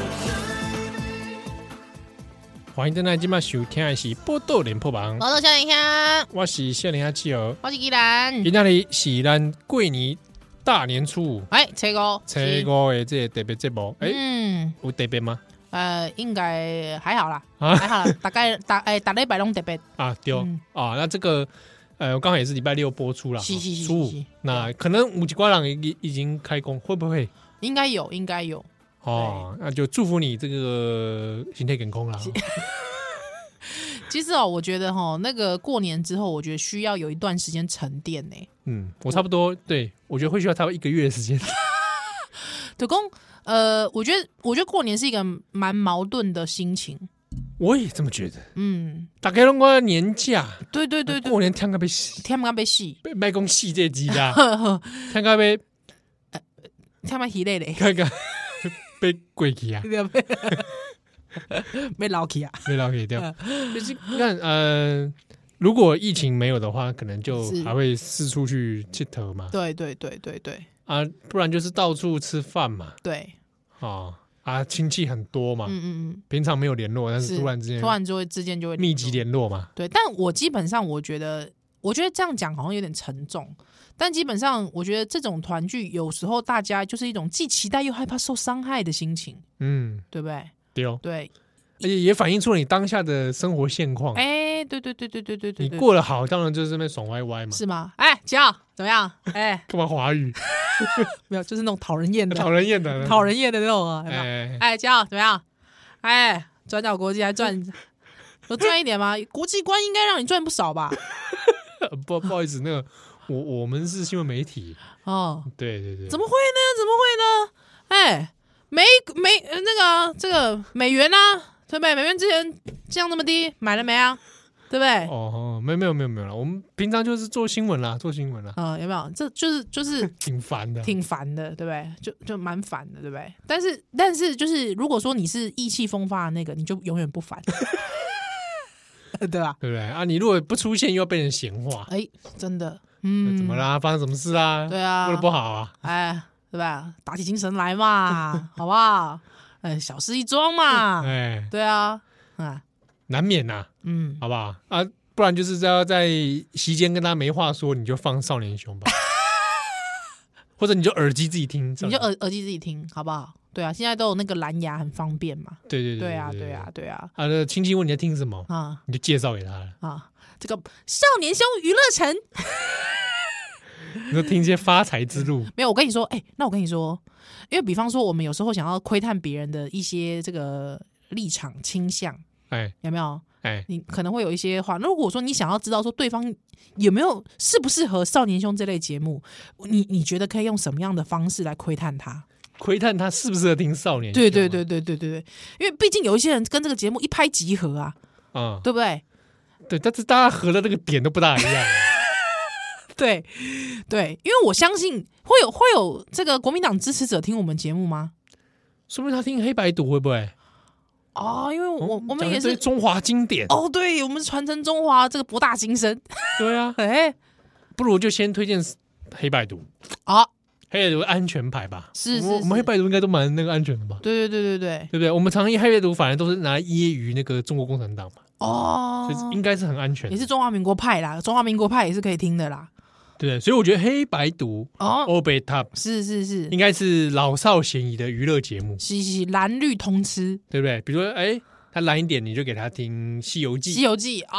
die. 欢迎登来今晚收听的是《波多连破榜》， 我到小林香， 我是少年阿七儿。 我是依兰今。天里是咱过年大年初五， 哎，车哥， 初五的这个特别节目，哎， 嗯， 有特别吗？ 呃，应该还好啦， 啊还好啦，大概大哎，大礼拜拢特别， 啊，对哦嗯啊，那这个呃，刚好也是礼拜六播出了， 是是是初五是是， 那可能五几瓜郎已已经开工，会不会？ 应该有，应该有。 哦，那就祝福你这个心态健康啦。 其实哦，我觉得哈，那个过年之后，我觉得需要有一段时间沉淀呢。 嗯，我差不多，对我觉得会需要差不多一个月的时间。 对公，呃，我觉得，我觉得过年是一个蛮矛盾的心情。 我也这么觉得。 嗯， 大概拢我年假， 对对对对， 过年听个被死， 天妈被戏， 被卖讲死这集啦，听个被天妈喜累嘞， 看个被鬼去啊， 被被老气啊。 被老给掉。就是你看，呃，如果疫情没有的话，可能就是还会四处去剃头嘛， 对对对对对啊，不然就是到处吃饭嘛， 对， 啊啊，亲戚很多嘛， 嗯嗯嗯， 平常没有联络，但是是突然之间突然就会之间就会密集联络嘛， 对，但我基本上我觉得，我觉得这样讲好像有点沉重，但基本上我觉得这种团聚有时候大家就是一种既期待又害怕受伤害的心情， 嗯， 对不对？ 对哦， 对， 而且也反映出了你当下的生活现况。 哎，对对对对对对对， 你对过得好，当然就是那边爽歪歪嘛。 是吗？哎，七号怎么样？哎， 干嘛华语？ 没有，就是那种讨人厌的、 讨人厌的， 讨人厌的那种啊。有没有哎， 哎，七号怎么样？哎，转角国际还赚，有赚一点吗？国际观应该让你赚不少吧？ 不不好意思，那个我我们是新闻媒体， 哦， 对对对， 怎么会呢？怎么会呢？哎，美美呃那个啊这个美元啊，对不对？美元之前降那么低，买了没啊？对不对？ 哦，没有没有没有没有了，我们平常就是做新闻啦，做新闻啦， 啊、有没有？这就是就是挺烦的， 挺烦的，对不对？就就蛮烦的，对不对？但是但是就是，如果说你是意气风发的那个，你就永远不烦，对吧？ 对不对啊？你如果不出现，又要被人闲话， 哎，真的， 那嗯， 怎么？啦？发生什么事啊？ 对啊过得不好啊？ 哎，对吧？打起精神来嘛，好不好？哎，小事一桩嘛， 哎， 对啊，啊， 难免呐， 嗯， 好不好啊？不然就是要在席间跟他没话说，你就放少年凶吧，或者你就耳机自己听， 你就耳耳机自己听，好不好？对啊，现在都有那个蓝牙，很方便嘛。 对对对啊，对啊，，对啊， 啊，那亲戚问你在听什么， 啊你就介绍给他了， 啊，这个少年兄娱乐城你就听一些发财之路， 没有。我跟你说，哎，那我跟你说，因为比方说，我们有时候想要窥探别人的一些这个立场倾向， 哎有没有？ 哎， 你可能会有一些话。那如果说你想要知道说对方有没有适不适合少年兄这类节目，你你觉得可以用什么样的方式来窥探他？ 窥探他适不适合听少年， 对对对，对对对对，因为毕竟有一些人跟这个节目一拍即合啊， 啊， 对不对？ 对，但是大家合的那个点都不大一样， 对对，因为我相信会有会有这个国民党支持者听我们节目吗？ 说不定他听黑白读会不会？ 哦，因为我、 哦我们也是讲一堆中华经典， 哦，对，我们是传承中华这个博大精深， 对啊， 哎， 不如就先推荐黑白读， 啊， 黑白读安全牌吧， 是是是我我们黑白读应该都蛮那个安全的吧， 对对对对对， 对不对？我们常黑白读反而都是拿来揶揄那个中国共产党嘛， 哦所，以应该是很安全的， 也是中华民国派啦，中华民国派也是可以听的啦， 对不对？所以我觉得黑白读哦， 欧北 top 是是是应，该是老少咸宜的娱乐节目， 是是蓝绿通吃， 对不对？比如说，哎，他蓝一点，你就给他听《西游记西》，游记，哎，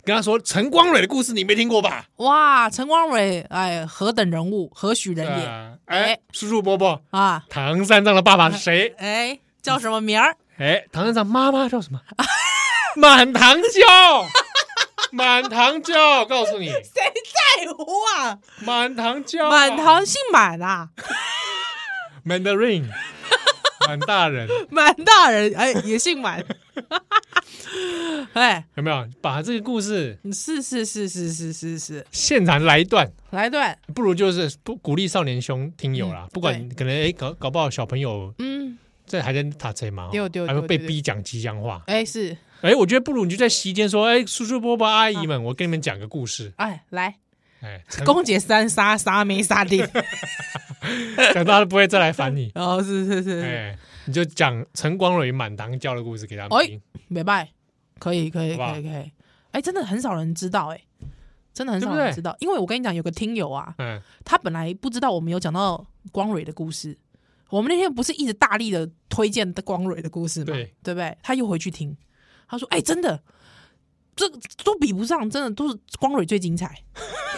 跟他说陈光蕊的故事你没听过吧？ 哇，陈光蕊，哎，何等人物，何许人也啊哎哎， 叔叔伯伯， 啊？ 唐三藏的爸爸是谁？ 哎，叫什么名儿？ 哎，唐三藏妈妈叫什么？满堂教，满堂教，告诉你， 谁在乎啊？ 满堂教， 满堂姓满啊， Mandarin， 满大人满大人，哎，也姓满。哎， 有没有把这个故事是是是是是是是， 现场来一段？ 来段， 不如就是不鼓励少年兄听友啦， 嗯不管可能哎搞搞不好小朋友嗯， 在还在打车嘛， 对对对还会被对对逼讲吉祥话。 哎是， 哎，我觉得不如你就在席间说，哎，叔叔伯伯阿姨们，我跟你们讲个故事。 哎来， 哎，陈公姐三杀杀没杀定， 讲到他不会再来烦你。 哦是是是， 哎，你就讲陈光蕊满堂教的故事给他们哎听。 没拜，可以可以好不好可以可以，哎真的很少人知道哎，真的很少对不对人知道，因为我跟你讲，有个听友啊， 嗯， 他本来不知道我们有讲到光蕊的故事，我们那天不是一直大力的推荐光蕊的故事吗？ 对对不对？他又回去听，他说：“哎、真的，这都比不上，真的都是光蕊最精彩。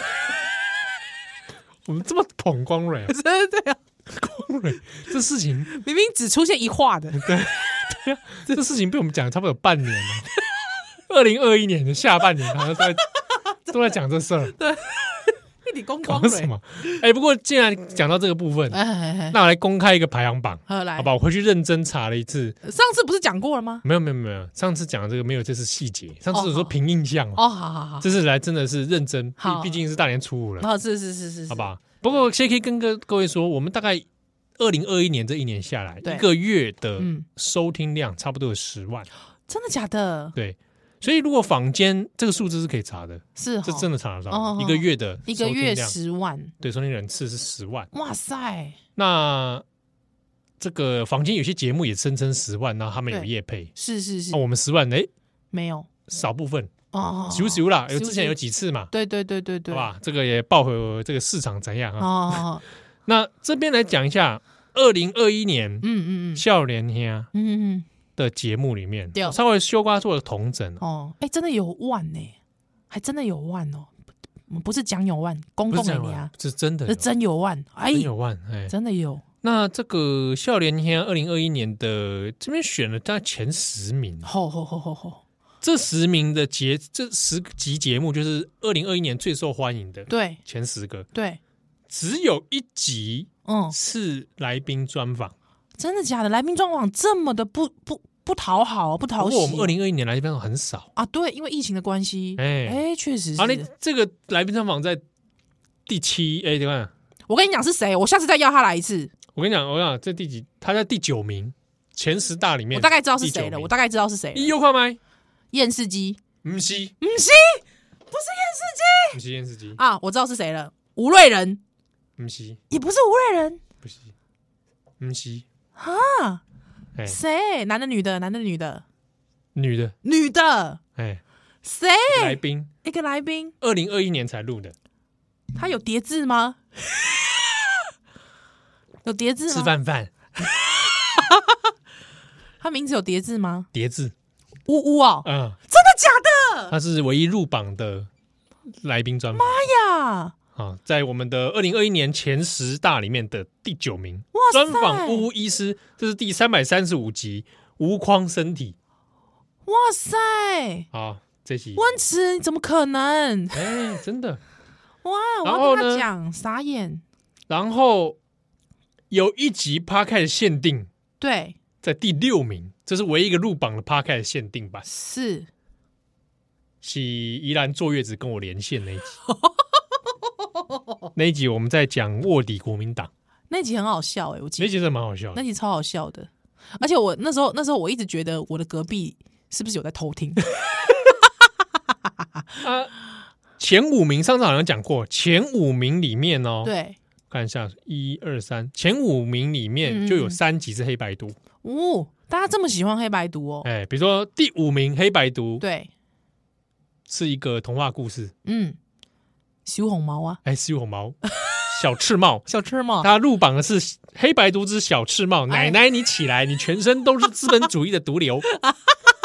我们这么捧光蕊，” 真的对啊， 光蕊这事情， 明明只出现一话的， 这事情被我们讲差不多有半年了。二零二一年的下半年，好像都在都在讲这事儿， 一理公光蕊搞什。么？哎，不过既然讲到这个部分， 哎哎哎， 那我来公开一个排行榜， 好来好吧？我回去认真查了一次， 上次不是讲过了吗？ 没有没有没有，上次讲的这个没有，这是细节。上次有说凭印象哦， 哦，好好好， 这次来真的是认真，毕好毕竟是大年初五了， 哦，是是是是，是好？吧？不过先可以跟各各位说，我们大概二零二一年这一年下来， 对一个月的嗯收听量差不多有十万， 真的假的？ 对。所以如果坊间这个数字是可以查的， 是这真的， 的查得哦哦到，一个月的一个月收听量十万， 对收听人次是十万。 哇塞！ 那这个坊间有些节目也声称十万，然后他们有对业配， 是是是那，我们十万，哎， 没有少部分， 哦， 咻咻啦，有咻咻之前有几次嘛， 对对对对对， 好吧，这个也报回我这个市场怎样啊？ 哦， 那这边来讲一下，二零二一年嗯嗯嗯笑脸兄嗯嗯的节目里面对， 稍微修瓜做了统整嗯，，哦，哎，真的有万呢，还真的有万哦，不不是讲有万，公不是这样共的呀啊，，是真的有， 是真有万，哎， 真有万，哎， 真的有， 那这个笑脸兄二零二一年的这边选了大概前十名， 吼吼吼吼吼， 这十名的节这十集节目就是二零二一年最受欢迎的对前十个， 对， 只有一集嗯， 是来宾专访。 真的假的？来宾专访这么的不不不讨好，不讨喜， 不过我们二零二一年来宾专访很少， 啊，对，因为疫情的关系， 哎哎，确实啊，你是。 这个来宾专访在第七，哎，你看， 我跟你讲是谁，我下次再邀他来一次， 我跟你讲，我跟你讲，这第几？他在第九名，前十大里面， 我大概知道是谁了， 第九名我大概知道是谁了。 你有看麦？ 验视机， 不是， 不是，不是不是验视机， 啊，我知道是谁了，吴瑞仁， 不是， 也不是吴瑞仁不是，不是， 啊， 哎， 谁？男的女的？男的女的？ 女的， 女的？ 哎， 谁？ 来宾， 一个来宾， 二零二一年才录的， 他有叠字吗？有叠字吗？ 吃饭饭他名字有叠字吗？ 叠字， 呜呜哦， 嗯， 真的假的？ 他是唯一入榜的来宾专访哎呀， 啊，在我们的二零二一年前十大里面的第九名， 哇塞专访呜呜医师，这是第三百三十五集，无框身体哇塞， 啊，这集， 温池你怎么可能？ 哎，真的。 哇， 然后我要跟他呢讲，傻眼。 然后有一集 Podcast 限定对， 在第六名，这是唯一一个入榜的 Podcast 限定版， 是是宜兰坐月子跟我连线那一集。那一集我们在讲卧底国民党， 那集很好笑哎、我记得那一集真的蛮好笑的。 那集超好笑的，而且我那时候那时候我一直觉得我的隔壁是不是有在偷听？ 啊，前五名上次好像讲过，前五名里面哦，， 对， 看一下一二三，前五名里面就有三集是黑白读， 哦，大家这么喜欢黑白读哦， 哎，比如说第五名黑白读， 对， 是一个童话故事， 嗯，小红毛啊， 哎，是红毛小赤帽。 小赤帽， 他入榜的是《黑白读之小赤帽》， 哎奶奶你起来，你全身都是资本主义的毒瘤。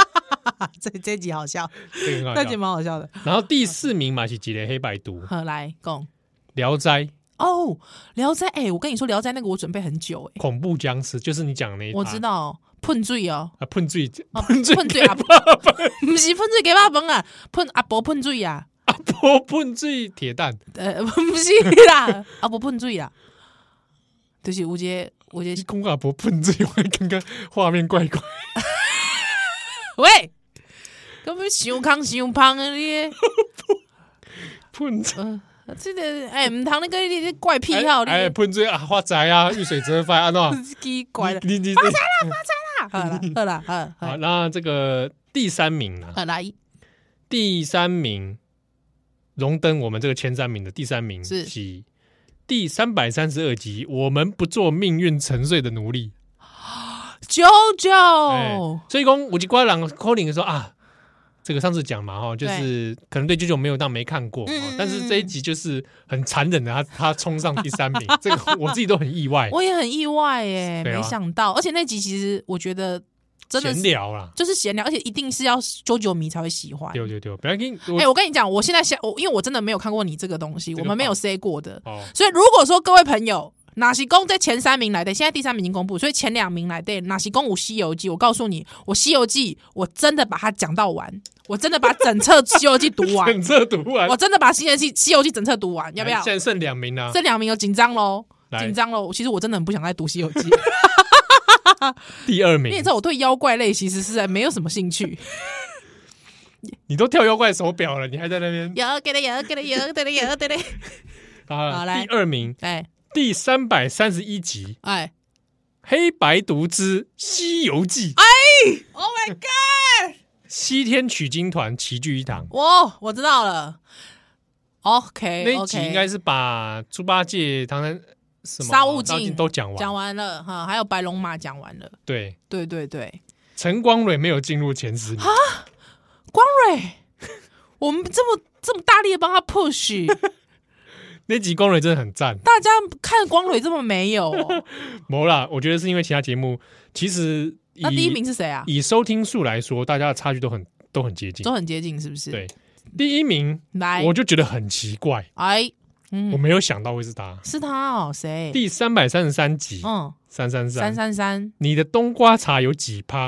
这这集好笑， 这个很好那集笑。 蛮好笑的。 然后第四名嘛是几个黑白读《 好，来讲聊斋》 哦，聊斋，哎，我跟你说，聊斋那个我准备很久，哎， 恐怖僵尸，就是你讲的那一趴我知道喷水哦， 啊，喷水啊喷水喷水啊，不是喷水给爸饭啊，喷阿伯喷水啊， 阿婆喷水铁蛋， 呃，不是啦，阿伯喷水啦，就是有一个有一个， 公阿婆喷水，我刚刚画面怪怪。 喂，根本伤康伤胖啊你， 喷水。 呃，这个哎，唔通那个你你怪癖好， 哎， 你喷水啊，发财啊，遇水则发，安怎？ 奇怪了， 你你你好了好了好好， 好， 那这个第三名呢？ 好来， 第三名荣登我们这个前三名的第三名是是第三百三十二集，我们不做命运沉睡的奴隶。 九九， 哎，所以讲有一挂人可能说啊，这个上次讲嘛哈，就是可能对九九没有当没看过， 嗯哦但是这一集就是很残忍的，他他冲上第三名，这个我自己都很意外。 我也很意外耶， 对啊没想到，而且那集其实我觉得真的闲是聊啦， 就是闲聊，而且一定是要九九迷才会喜欢。 对对对，不要跟哎、我跟你讲，我现在想，我因为我真的没有看过你这个东西， 这个我们没有棒 say 过的， 哦， 所以如果说各位朋友，哪是公在前三名来的，现在第三名已经公布，所以前两名来的哪是公五《西游记》，我告诉你，我《西游记》我真的把它讲到完，我真的把整册《西游记》读完， 整册读完我，真的把《西游记》《西游记》整册读完，要不要？ 现在剩两名了， 这两名有紧张喽， 来紧张喽。其实我真的很不想再读《西游记》， 第二名你也知，道我对妖怪类其实是没有什么兴趣。 你都跳妖怪手表了，你还在那边有给的有给的有给的有给的， 啊？ 好来第二名， 哎第三百三十一集《 哎黑白读之西游记》， ，Oh my god！ 西天取经团齐聚一堂。 哦，我知道了。OK， 那一集应该是把猪八戒、唐三什么沙悟沙净都讲完， 讲完了哈，还有白龙马讲完了。 对， 对对对， 陈光蕊没有进入前十名， 光蕊，我们这么这么大力的帮他 push， 那集光蕊真的很赞。 大家看光蕊这么没有、哦， 没啦，我觉得是因为其他节目其实以那第一名是谁啊？ 以收听数来说，大家的差距都很都很接近都。很接近，是不是？ 对，第一名来， 我就觉得很奇怪， 哎，嗯我，没有想到会是他。 是他哦，谁？ 第三百三十三集， 嗯， 三三三三， 三三。 你的冬瓜茶有几趴？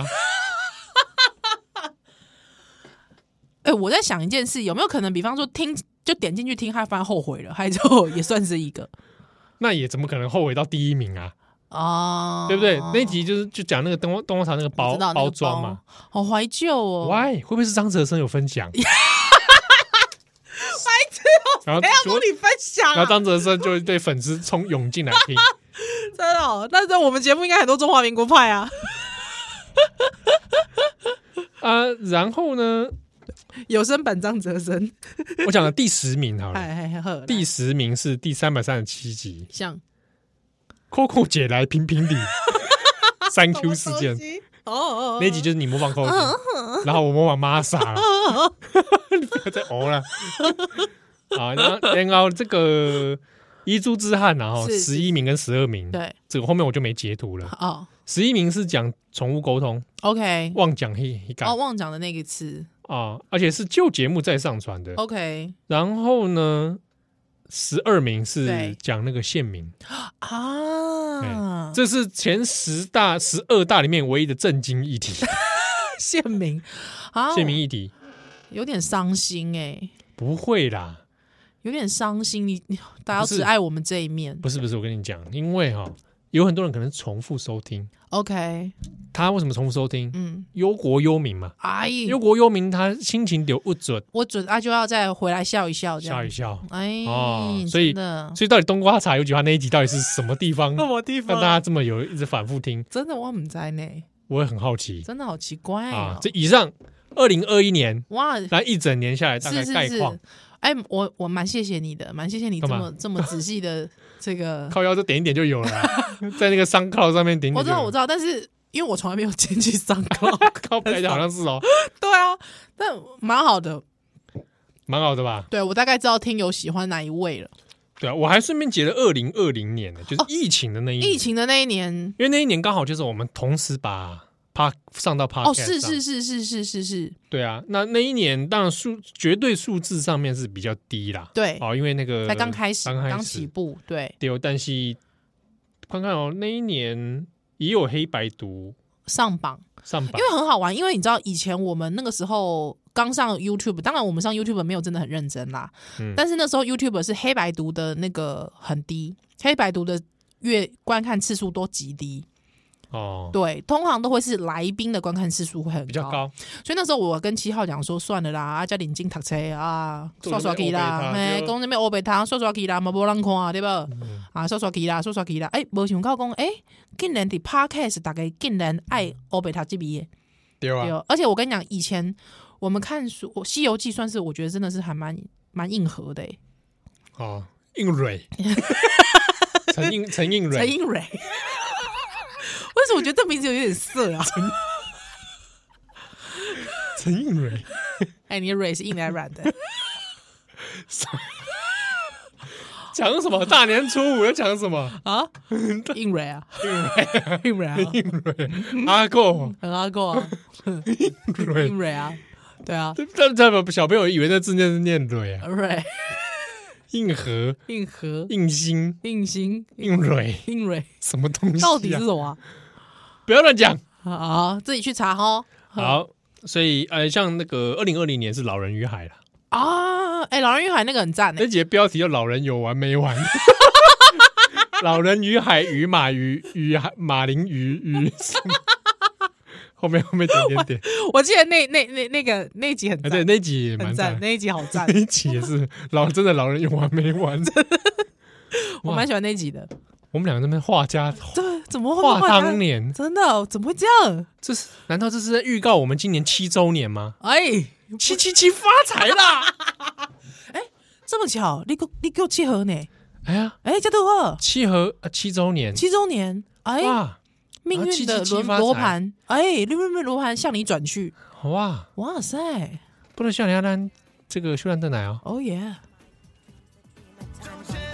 哎、我在想一件事，有没有可能，比方说听就点进去听，他发现后悔了，还之后也算是一个那也怎么可能后悔到第一名啊？ 哦， 对不对？那一集就是就讲那个冬瓜冬瓜茶那个我包知道那个包装嘛。 好怀旧哦。 Why 会不会是张哲生有分享？然后谁要就跟你分享然后啊？ 张哲生就对粉丝冲涌进来听。 真的、哦，但是我们节目应该很多中华民国派啊， 啊，然后呢， 有声版张哲生， 我讲的第十名好了， 哎哎呵， 第来十名是第三百三十七集像 ，Coco 姐来评评理，三 Q 事件哦哦， 那一集就是你模仿 Coco，然后我模仿 Masa 了，你不要再哦了。啊，然后然后这个遗珠之憾然后是十一名跟十二名， 对这个后面我就没截图了。 哦十一名是讲宠物沟通， ，OK， 忘讲一一哦， 个忘讲的那个词啊，而且是旧节目再上传的。 ，OK 然后呢，十二名是对讲那个县民， 啊， 这是前十大、十二大里面唯一的震惊议题， 县民啊， 县民议题有点伤心哎、 不会啦， 有点伤心。你你大家不是只爱我们这一面不是不是，我跟你讲，因为哈、有很多人可能重复收听， ，OK， 他为什么重复收听？ 嗯， 忧国忧民嘛， 哎， 忧国忧民，他心情有不准， 我准啊就要再回来笑一笑，这样笑一笑。 哎， 哦所以真的所以到底冬瓜茶有几话那一集到底是什么地方， 么地让大家这么有一直反复听？ 真的我们在呢， 我也很好奇真的好奇怪哦。。 啊这以上二零二一年， 哇， 来一整年下来大概是是是概况，， 哎，我我蛮谢谢你的，蛮谢谢你这干嘛么这么仔细的这个， 靠腰就点一点就有了啦，在那个商靠上面点点就有了。 我知道我知道，但是因为我从来没有进去上课， 靠背的好像是哦， 对啊，但蛮好的， 蛮好的吧？ 对我大概知道听友喜欢哪一位了。 对啊，我还顺便截了二零二零年的，就是疫情的那一年， 疫情的那一年， 因为那一年刚好就是我们同时把趴上到 Podcast 哦，是上是是是是是是， 对啊，那那一年当然数绝对数字上面是比较低啦， 对， 哦，因为那个才刚开始， 刚开刚起始步，对， 对哦，但是看看哦，那一年也有黑白读上榜， 上榜， 因为很好玩，因为你知道以前我们那个时候刚上 YouTube，当然我们上 YouTube 没有真的很认真啦， 嗯但是那时候 YouTube 是黑白读的那个很低，黑白读的月观看次数都极低。 哦， 对，通常都会是来宾的观看次数会很比较高， 所以那时候我跟七号讲说，算了啦，啊，叫领进读册啊，刷刷去啦，嘿，讲那边欧白汤刷刷去啦，嘛无人看对吧？啊，刷刷去啦，刷刷去啦，哎，无想到讲，哎，竟然伫 Podcast 大概竟然爱欧白汤这边， 对啊， 对哦，而且我跟你讲，以前我们看书，《西游记》算是我觉得真的是还蛮蛮硬核的，哎， 哦，应蕊，陈应陈应蕊， 陈英蕊。为什么我觉得这名字有点色啊？ 陈应蕊， 哎，你的蕊是硬的还是软的？ 讲什么？大年初五要讲什么？ 啊，硬蕊啊， 应蕊， 硬蕊啊， 应蕊，阿狗， 很阿够啊， 蕊硬蕊啊，对啊， 但但小朋友以为那字念是念蕊啊， 蕊硬核、 硬核、 硬心、 硬心、 硬蕊， 硬蕊， 什么东西、啊？ 到底是什么啊？ 不要乱讲。 好，自己去查哈。 好，所以呃，像那个二零二零年是《老人与海》了， 啊，哎，老人与海那个很赞那哎， 节标题叫“老人有完没完”。老人与海与马与与海马林鱼鱼，后面后面点点点， 我记得那那那那个那一集很哎，对， 赞， 那集也蛮很赞， 赞， 那一集好赞那，一集也是老真的老人有完没完。 我蛮喜欢那一集的。 我们两个这边画家对，怎么会画画当年， 真的怎么会这样？ 这是难道这是在预告我们今年七周年吗？ 哎， 七七七发财啦！ 这么巧，你给我你给我契合呢？ 哎呀， 哎，加多赫七和呃七周年， 七周年，哎， 哇命运的轮七七七发财罗盘，哎，命运罗盘向你转去， 哇， 哇塞， 不能笑脸咱这个秀兰邓奶哦， 哦耶！ Sunshine